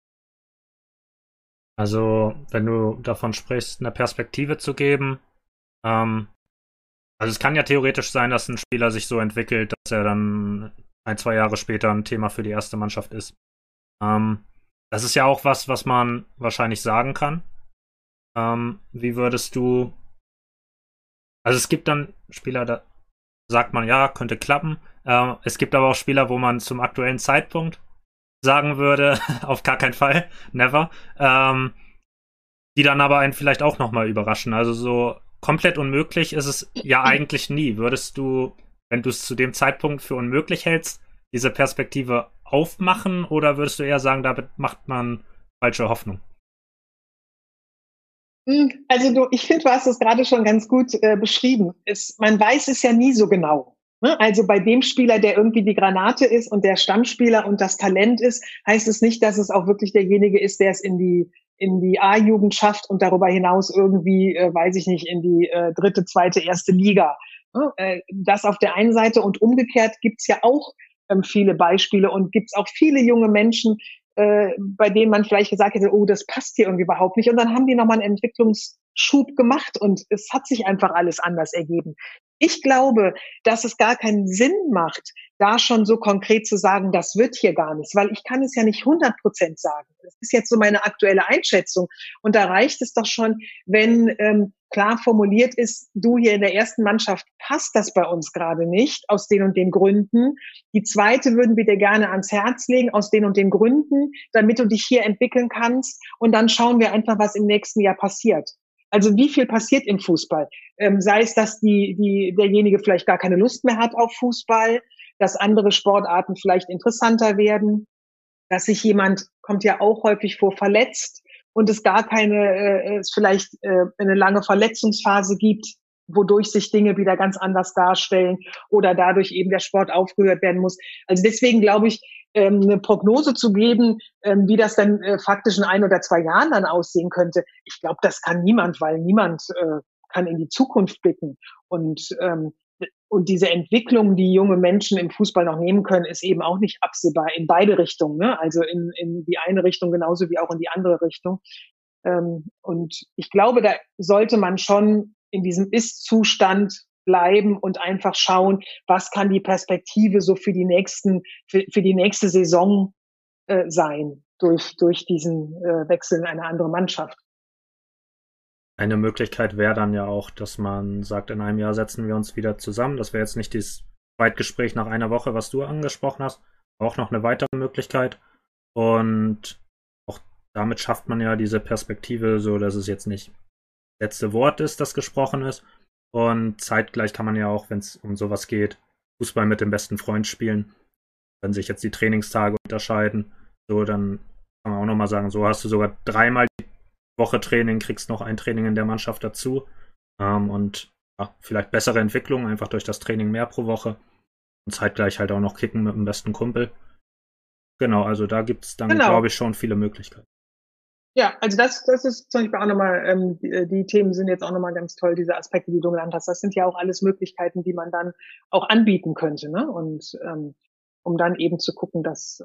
Also, wenn du davon sprichst, eine Perspektive zu geben, also es kann ja theoretisch sein, dass ein Spieler sich so entwickelt, dass er dann 1, 2 Jahre später ein Thema für die erste Mannschaft ist. Das ist ja auch was man wahrscheinlich sagen kann. Wie würdest du, also es gibt dann Spieler, da sagt man, ja, könnte klappen. Es gibt aber auch Spieler, wo man zum aktuellen Zeitpunkt sagen würde, auf gar keinen Fall, never. Die dann aber einen vielleicht auch nochmal überraschen. Also so komplett unmöglich ist es ja eigentlich nie. Würdest du, wenn du es zu dem Zeitpunkt für unmöglich hältst, diese Perspektive aufmachen oder würdest du eher sagen, damit macht man falsche Hoffnung? Also ich finde, du hast es gerade schon ganz gut beschrieben. Man weiß es ja nie so genau. Ne? Also bei dem Spieler, der irgendwie die Granate ist und der Stammspieler und das Talent ist, heißt es nicht, dass es auch wirklich derjenige ist, der es in die A-Jugend schafft und darüber hinaus irgendwie, weiß ich nicht, in die dritte, zweite, erste Liga. Ne? Das auf der einen Seite und umgekehrt gibt's ja auch viele Beispiele und gibt's auch viele junge Menschen, bei denen man vielleicht gesagt hätte, oh, das passt hier irgendwie überhaupt nicht. Und dann haben die nochmal einen Entwicklungsschub gemacht und es hat sich einfach alles anders ergeben. Ich glaube, dass es gar keinen Sinn macht, da schon so konkret zu sagen, das wird hier gar nichts, weil ich kann es ja nicht 100% sagen. Das ist jetzt so meine aktuelle Einschätzung. Und da reicht es doch schon, wenn klar formuliert ist, du hier in der ersten Mannschaft passt das bei uns gerade nicht, aus den und den Gründen. Die zweite würden wir dir gerne ans Herz legen, aus den und den Gründen, damit du dich hier entwickeln kannst. Und dann schauen wir einfach, was im nächsten Jahr passiert. Also wie viel passiert im Fußball? Sei es, dass derjenige vielleicht gar keine Lust mehr hat auf Fußball, dass andere Sportarten vielleicht interessanter werden, dass sich jemand, kommt ja auch häufig vor, verletzt und es gar keine, es vielleicht eine lange Verletzungsphase gibt, wodurch sich Dinge wieder ganz anders darstellen oder dadurch eben der Sport aufgehört werden muss. Also deswegen glaube ich, eine Prognose zu geben, wie das dann faktisch in 1 oder 2 Jahren dann aussehen könnte, ich glaube, das kann niemand, weil niemand kann in die Zukunft blicken. Und diese Entwicklung, die junge Menschen im Fußball noch nehmen können, ist eben auch nicht absehbar in beide Richtungen. Ne? Also in die eine Richtung genauso wie auch in die andere Richtung. Und ich glaube, da sollte man schon in diesem Ist-Zustand bleiben und einfach schauen, was kann die Perspektive so für die nächste Saison sein durch diesen Wechsel in eine andere Mannschaft. Eine Möglichkeit wäre dann ja auch, dass man sagt, in einem Jahr setzen wir uns wieder zusammen. Das wäre jetzt nicht dieses Zweitgespräch nach einer Woche, was du angesprochen hast. Auch noch eine weitere Möglichkeit. Und auch damit schafft man ja diese Perspektive, so dass es jetzt nicht das letzte Wort ist, das gesprochen ist. Und zeitgleich kann man ja auch, wenn es um sowas geht, Fußball mit dem besten Freund spielen. Wenn sich jetzt die Trainingstage unterscheiden, so dann kann man auch nochmal sagen, so hast du sogar 3-mal die Woche Training, kriegst noch ein Training in der Mannschaft dazu und ja, vielleicht bessere Entwicklung, einfach durch das Training mehr pro Woche und zeitgleich halt auch noch kicken mit dem besten Kumpel. Genau, also da gibt es dann, glaube ich, schon viele Möglichkeiten. Ja, also das ist zum Beispiel auch nochmal, die Themen sind jetzt auch nochmal ganz toll, diese Aspekte, die du genannt hast. Das sind ja auch alles Möglichkeiten, die man dann auch anbieten könnte, ne? Und um dann eben zu gucken, dass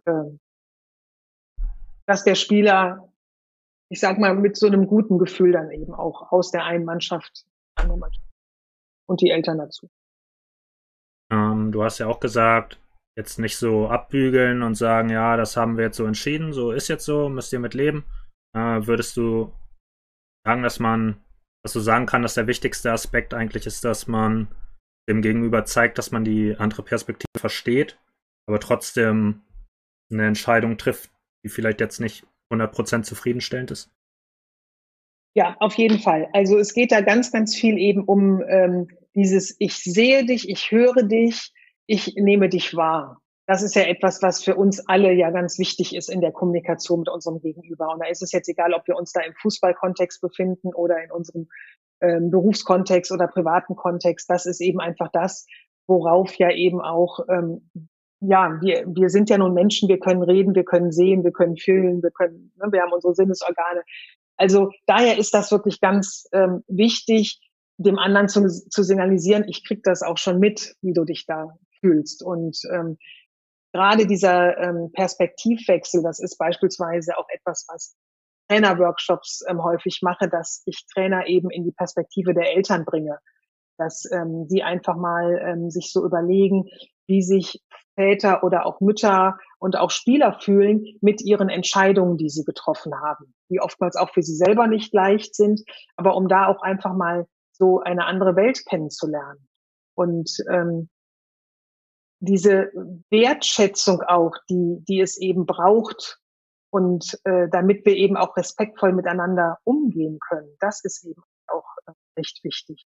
der Spieler, ich sag mal, mit so einem guten Gefühl dann eben auch aus der einen Mannschaft, andere Mannschaft und die Eltern dazu. Du hast ja auch gesagt, jetzt nicht so abbügeln und sagen, ja, das haben wir jetzt so entschieden, so ist jetzt so, müsst ihr mit leben. Würdest du sagen, dass du sagen kann, dass der wichtigste Aspekt eigentlich ist, dass man dem Gegenüber zeigt, dass man die andere Perspektive versteht, aber trotzdem eine Entscheidung trifft, die vielleicht jetzt nicht 100% zufriedenstellend ist? Ja, auf jeden Fall. Also es geht da ganz, ganz viel eben um dieses ich sehe dich, ich höre dich, ich nehme dich wahr. Das ist ja etwas, was für uns alle ja ganz wichtig ist in der Kommunikation mit unserem Gegenüber. Und da ist es jetzt egal, ob wir uns da im Fußballkontext befinden oder in unserem Berufskontext oder privaten Kontext. Das ist eben einfach das, worauf ja eben auch, ja, wir sind ja nun Menschen, wir können reden, wir können sehen, wir können fühlen, wir haben unsere Sinnesorgane. Also daher ist das wirklich ganz wichtig, dem anderen zu signalisieren, ich krieg das auch schon mit, wie du dich da fühlst. Und gerade dieser Perspektivwechsel, das ist beispielsweise auch etwas, was Trainerworkshops häufig mache, dass ich Trainer eben in die Perspektive der Eltern bringe, dass die einfach mal sich so überlegen, wie sich Väter oder auch Mütter und auch Spieler fühlen mit ihren Entscheidungen, die sie getroffen haben, die oftmals auch für sie selber nicht leicht sind, aber um da auch einfach mal so eine andere Welt kennenzulernen. Und diese Wertschätzung auch, die es eben braucht und damit wir eben auch respektvoll miteinander umgehen können, das ist eben auch recht wichtig.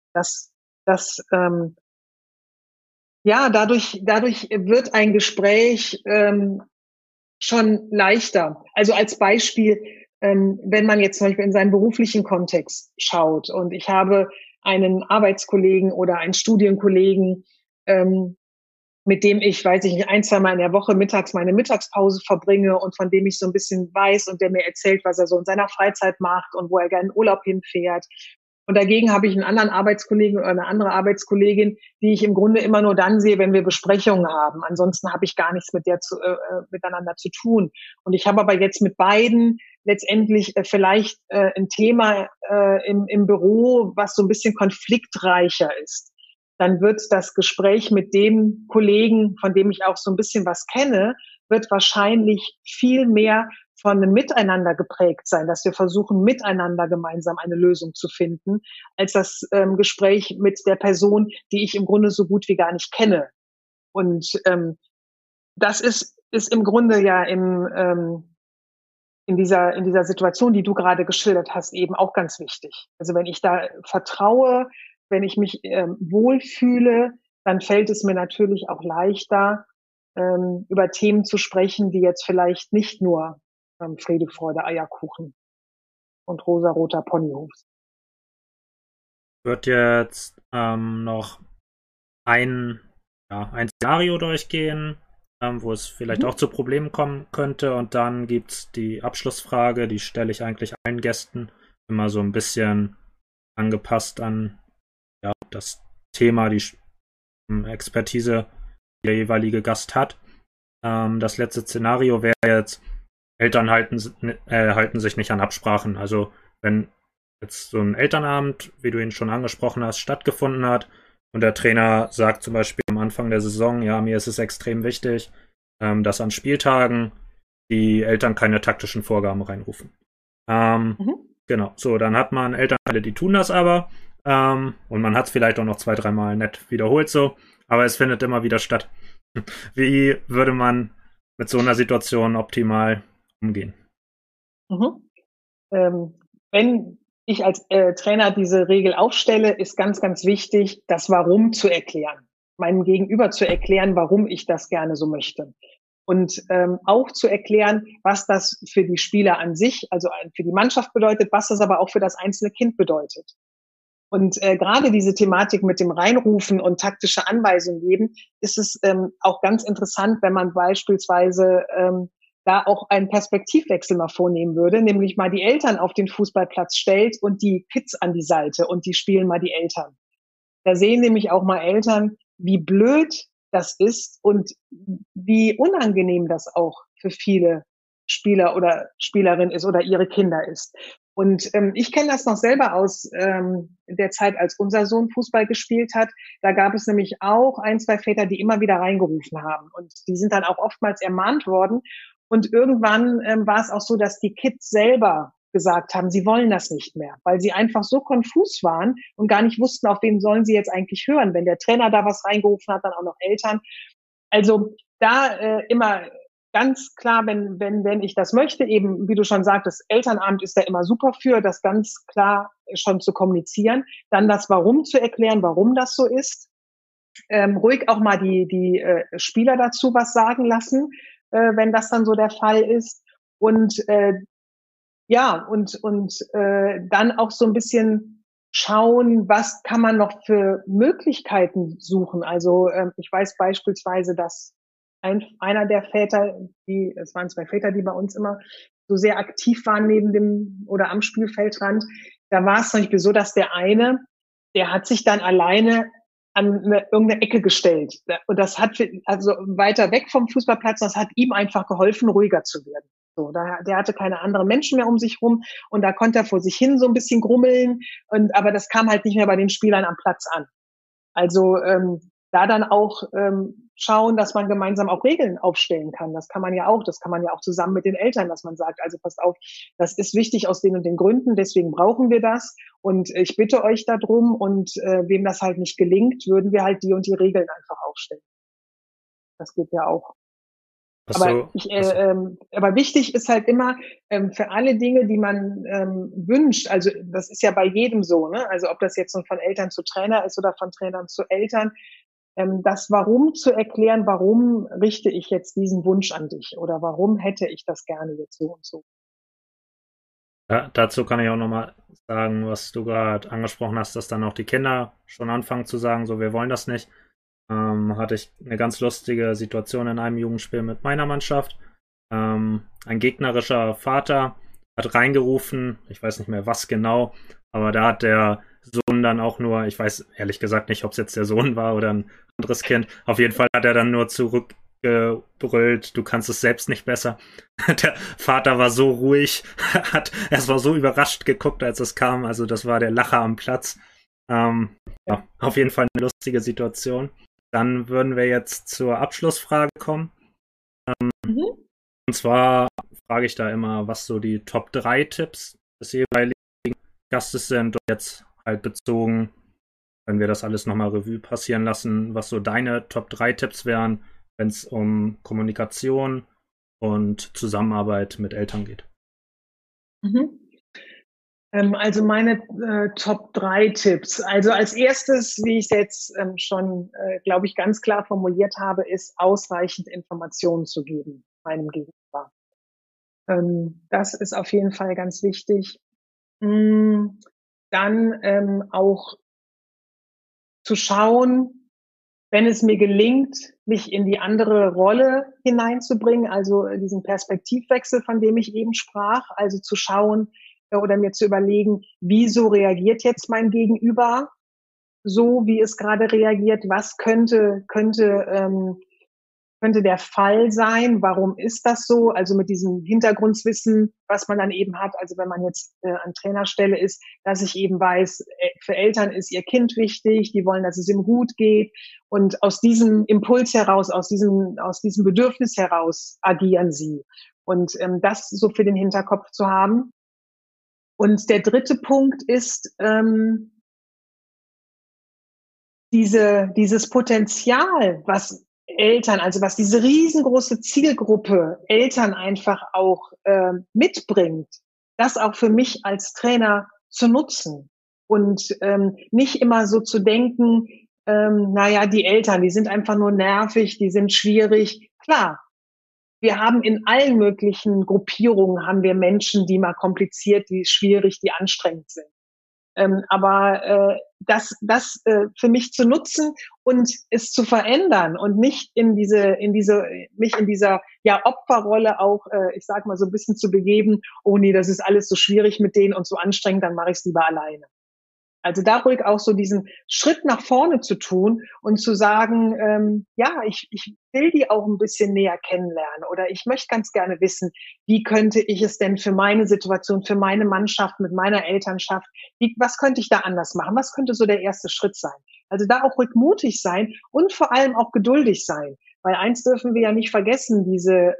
Ja, dadurch wird ein Gespräch schon leichter. Also als Beispiel, wenn man jetzt zum Beispiel in seinen beruflichen Kontext schaut und ich habe einen Arbeitskollegen oder einen Studienkollegen, mit dem ich, weiß ich nicht, 1-2 Mal in der Woche mittags meine Mittagspause verbringe und von dem ich so ein bisschen weiß und der mir erzählt, was er so in seiner Freizeit macht und wo er gerne in Urlaub hinfährt. Und dagegen habe ich einen anderen Arbeitskollegen oder eine andere Arbeitskollegin, die ich im Grunde immer nur dann sehe, wenn wir Besprechungen haben. Ansonsten habe ich gar nichts mit der miteinander zu tun. Und ich habe aber jetzt mit beiden letztendlich vielleicht ein Thema im Büro, was so ein bisschen konfliktreicher ist. Dann wird das Gespräch mit dem Kollegen, von dem ich auch so ein bisschen was kenne, wird wahrscheinlich viel mehr von einem Miteinander geprägt sein, dass wir versuchen, miteinander gemeinsam eine Lösung zu finden, als das Gespräch mit der Person, die ich im Grunde so gut wie gar nicht kenne. Und das ist im Grunde ja in dieser Situation, die du gerade geschildert hast, eben auch ganz wichtig. Also wenn ich da vertraue, wenn ich mich wohlfühle, dann fällt es mir natürlich auch leichter, über Themen zu sprechen, die jetzt vielleicht nicht nur Friede, Freude, Eierkuchen und rosaroter Ponyhof. Wird jetzt noch ein Szenario durchgehen, wo es vielleicht auch zu Problemen kommen könnte. Und dann gibt es die Abschlussfrage, die stelle ich eigentlich allen Gästen immer so ein bisschen angepasst an das Thema, die Expertise, die der jeweilige Gast hat. Das letzte Szenario wäre jetzt, Eltern halten sich nicht an Absprachen. Also wenn jetzt so ein Elternabend, wie du ihn schon angesprochen hast, stattgefunden hat und der Trainer sagt zum Beispiel am Anfang der Saison, ja, mir ist es extrem wichtig, dass an Spieltagen die Eltern keine taktischen Vorgaben reinrufen. Genau, so, dann hat man Elternteile, die tun das aber und man hat es vielleicht auch noch 2-3 Mal nett wiederholt so, aber es findet immer wieder statt. Wie würde man mit so einer Situation optimal umgehen? Wenn ich als Trainer diese Regel aufstelle, ist ganz, ganz wichtig, das Warum zu erklären. Meinem Gegenüber zu erklären, warum ich das gerne so möchte. Und auch zu erklären, was das für die Spieler an sich, also für die Mannschaft bedeutet, was das aber auch für das einzelne Kind bedeutet. Und gerade diese Thematik mit dem Reinrufen und taktische Anweisungen geben, ist es auch ganz interessant, wenn man beispielsweise da auch einen Perspektivwechsel mal vornehmen würde, nämlich mal die Eltern auf den Fußballplatz stellt und die Kids an die Seite und die spielen mal die Eltern. Da sehen nämlich auch mal Eltern, wie blöd das ist und wie unangenehm das auch für viele Spieler oder Spielerinnen ist oder ihre Kinder ist. Und ich kenne das noch selber aus der Zeit, als unser Sohn Fußball gespielt hat. Da gab es nämlich auch ein, zwei Väter, die immer wieder reingerufen haben. Und die sind dann auch oftmals ermahnt worden. Und irgendwann war es auch so, dass die Kids selber gesagt haben, sie wollen das nicht mehr, weil sie einfach so konfus waren und gar nicht wussten, auf wen sollen sie jetzt eigentlich hören. Wenn der Trainer da was reingerufen hat, dann auch noch Eltern. Also da immer ganz klar, wenn ich das möchte, eben, wie du schon sagtest, Elternabend ist da immer super für, das ganz klar schon zu kommunizieren, dann das Warum zu erklären, warum das so ist, ruhig auch mal die Spieler dazu was sagen lassen, wenn das dann so der Fall ist und dann auch so ein bisschen schauen, was kann man noch für Möglichkeiten suchen. Also ich weiß beispielsweise, dass einer der Väter, es waren zwei Väter, die bei uns immer so sehr aktiv waren neben dem oder am Spielfeldrand, da war es zum Beispiel so, dass der eine, der hat sich dann alleine an irgendeine Ecke gestellt. Und das hat, also weiter weg vom Fußballplatz, das hat ihm einfach geholfen, ruhiger zu werden. So, der hatte keine anderen Menschen mehr um sich rum und da konnte er vor sich hin so ein bisschen grummeln aber das kam halt nicht mehr bei den Spielern am Platz an. Also da dann auch schauen, dass man gemeinsam auch Regeln aufstellen kann. Das kann man ja auch zusammen mit den Eltern, dass man sagt, also passt auf, das ist wichtig aus den und den Gründen, deswegen brauchen wir das und ich bitte euch darum und wem das halt nicht gelingt, würden wir halt die und die Regeln einfach aufstellen. Das geht ja auch. Aber wichtig ist halt immer für alle Dinge, die man wünscht. Also das ist ja bei jedem so, ne? Also ob das jetzt von Eltern zu Trainer ist oder von Trainern zu Eltern, das Warum zu erklären, warum richte ich jetzt diesen Wunsch an dich oder warum hätte ich das gerne jetzt so und so. Ja, dazu kann ich auch nochmal sagen, was du gerade angesprochen hast, dass dann auch die Kinder schon anfangen zu sagen, so wir wollen das nicht. Hatte ich eine ganz lustige Situation in einem Jugendspiel mit meiner Mannschaft. Ein gegnerischer Vater hat reingerufen, ich weiß nicht mehr was genau, aber da hat der Sohn dann auch nur, ich weiß ehrlich gesagt nicht, ob es jetzt der Sohn war oder ein anderes Kind, auf jeden Fall hat er dann nur zurückgebrüllt, du kannst es selbst nicht besser. Der Vater war so ruhig, hat erstmal so überrascht geguckt, als es kam, also das war der Lacher am Platz. Ja, auf jeden Fall eine lustige Situation. Dann würden wir jetzt zur Abschlussfrage kommen. Und zwar frage ich da immer, was so die Top 3 Tipps des jeweiligen Gastes sind. Und jetzt halt bezogen, wenn wir das alles nochmal Revue passieren lassen, was so deine Top 3 Tipps wären, wenn es um Kommunikation und Zusammenarbeit mit Eltern geht. Also meine Top 3 Tipps. Also als erstes, wie ich es jetzt schon, glaube ich, ganz klar formuliert habe, ist ausreichend Informationen zu geben meinem Gegenüber. Das ist auf jeden Fall ganz wichtig. Dann auch zu schauen, wenn es mir gelingt, mich in die andere Rolle hineinzubringen, also diesen Perspektivwechsel, von dem ich eben sprach, also zu schauen, oder mir zu überlegen, wieso reagiert jetzt mein Gegenüber so, wie es gerade reagiert? Was könnte der Fall sein? Warum ist das so? Also mit diesem Hintergrundwissen, was man dann eben hat. Also wenn man jetzt an Trainerstelle ist, dass ich eben weiß, für Eltern ist ihr Kind wichtig, die wollen, dass es ihm gut geht. Und aus diesem Impuls heraus, aus diesem Bedürfnis heraus agieren sie. Und das so für den Hinterkopf zu haben. Und der dritte Punkt ist dieses Potenzial, was Eltern, also was diese riesengroße Zielgruppe Eltern einfach auch mitbringt, das auch für mich als Trainer zu nutzen und nicht immer so zu denken, die Eltern, die sind einfach nur nervig, die sind schwierig. Klar, wir haben in allen möglichen Gruppierungen haben wir Menschen, die mal kompliziert, die schwierig, die anstrengend sind. Aber das für mich zu nutzen und es zu verändern und nicht mich in dieser ja Opferrolle auch, ich sag mal so ein bisschen zu begeben. Oh nee, das ist alles so schwierig mit denen und so anstrengend, dann mache ich es lieber alleine. Also da ruhig auch so diesen Schritt nach vorne zu tun und zu sagen, ja, ich will die auch ein bisschen näher kennenlernen oder ich möchte ganz gerne wissen, wie könnte ich es denn für meine Situation, für meine Mannschaft, mit meiner Elternschaft, was könnte ich da anders machen? Was könnte so der erste Schritt sein? Also da auch ruhig mutig sein und vor allem auch geduldig sein. Weil eins dürfen wir ja nicht vergessen, diese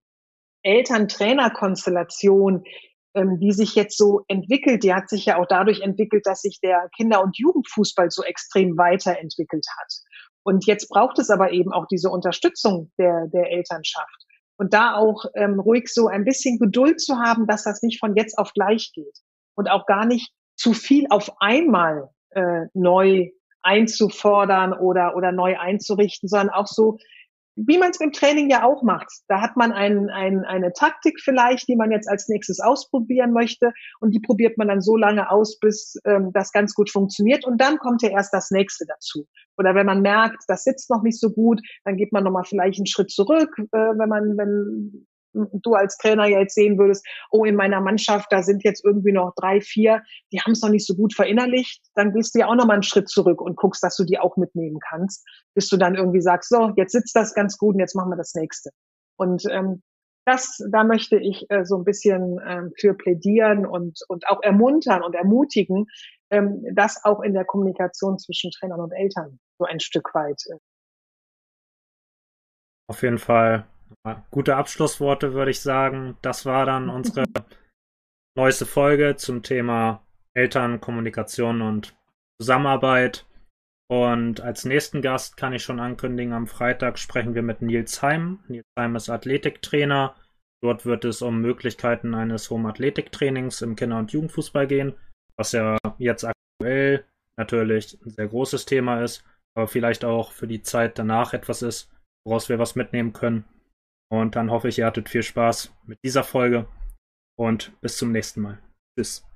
Eltern-Trainer-Konstellation, die sich jetzt so entwickelt, die hat sich ja auch dadurch entwickelt, dass sich der Kinder- und Jugendfußball so extrem weiterentwickelt hat. Und jetzt braucht es aber eben auch diese Unterstützung der Elternschaft. Und da auch ruhig so ein bisschen Geduld zu haben, dass das nicht von jetzt auf gleich geht. Und auch gar nicht zu viel auf einmal neu einzufordern oder neu einzurichten, sondern auch so, wie man es im Training ja auch macht. Da hat man eine Taktik vielleicht, die man jetzt als nächstes ausprobieren möchte und die probiert man dann so lange aus, bis das ganz gut funktioniert und dann kommt ja erst das nächste dazu. Oder wenn man merkt, das sitzt noch nicht so gut, dann geht man nochmal vielleicht einen Schritt zurück, wenn du als Trainer ja jetzt sehen würdest, oh, in meiner Mannschaft, da sind jetzt irgendwie noch 3, 4, die haben es noch nicht so gut verinnerlicht, dann gehst du ja auch nochmal einen Schritt zurück und guckst, dass du die auch mitnehmen kannst, bis du dann irgendwie sagst, so, jetzt sitzt das ganz gut und jetzt machen wir das nächste. Und da möchte ich so ein bisschen für plädieren und auch ermuntern und ermutigen, das auch in der Kommunikation zwischen Trainern und Eltern so ein Stück weit. Auf jeden Fall gute Abschlussworte, würde ich sagen. Das war dann unsere neueste Folge zum Thema Eltern, Kommunikation und Zusammenarbeit. Und als nächsten Gast kann ich schon ankündigen, am Freitag sprechen wir mit Nils Heim. Nils Heim ist Athletiktrainer. Dort wird es um Möglichkeiten eines Home-Athletiktrainings im Kinder- und Jugendfußball gehen, was ja jetzt aktuell natürlich ein sehr großes Thema ist, aber vielleicht auch für die Zeit danach etwas ist, woraus wir was mitnehmen können. Und dann hoffe ich, ihr hattet viel Spaß mit dieser Folge und bis zum nächsten Mal. Tschüss.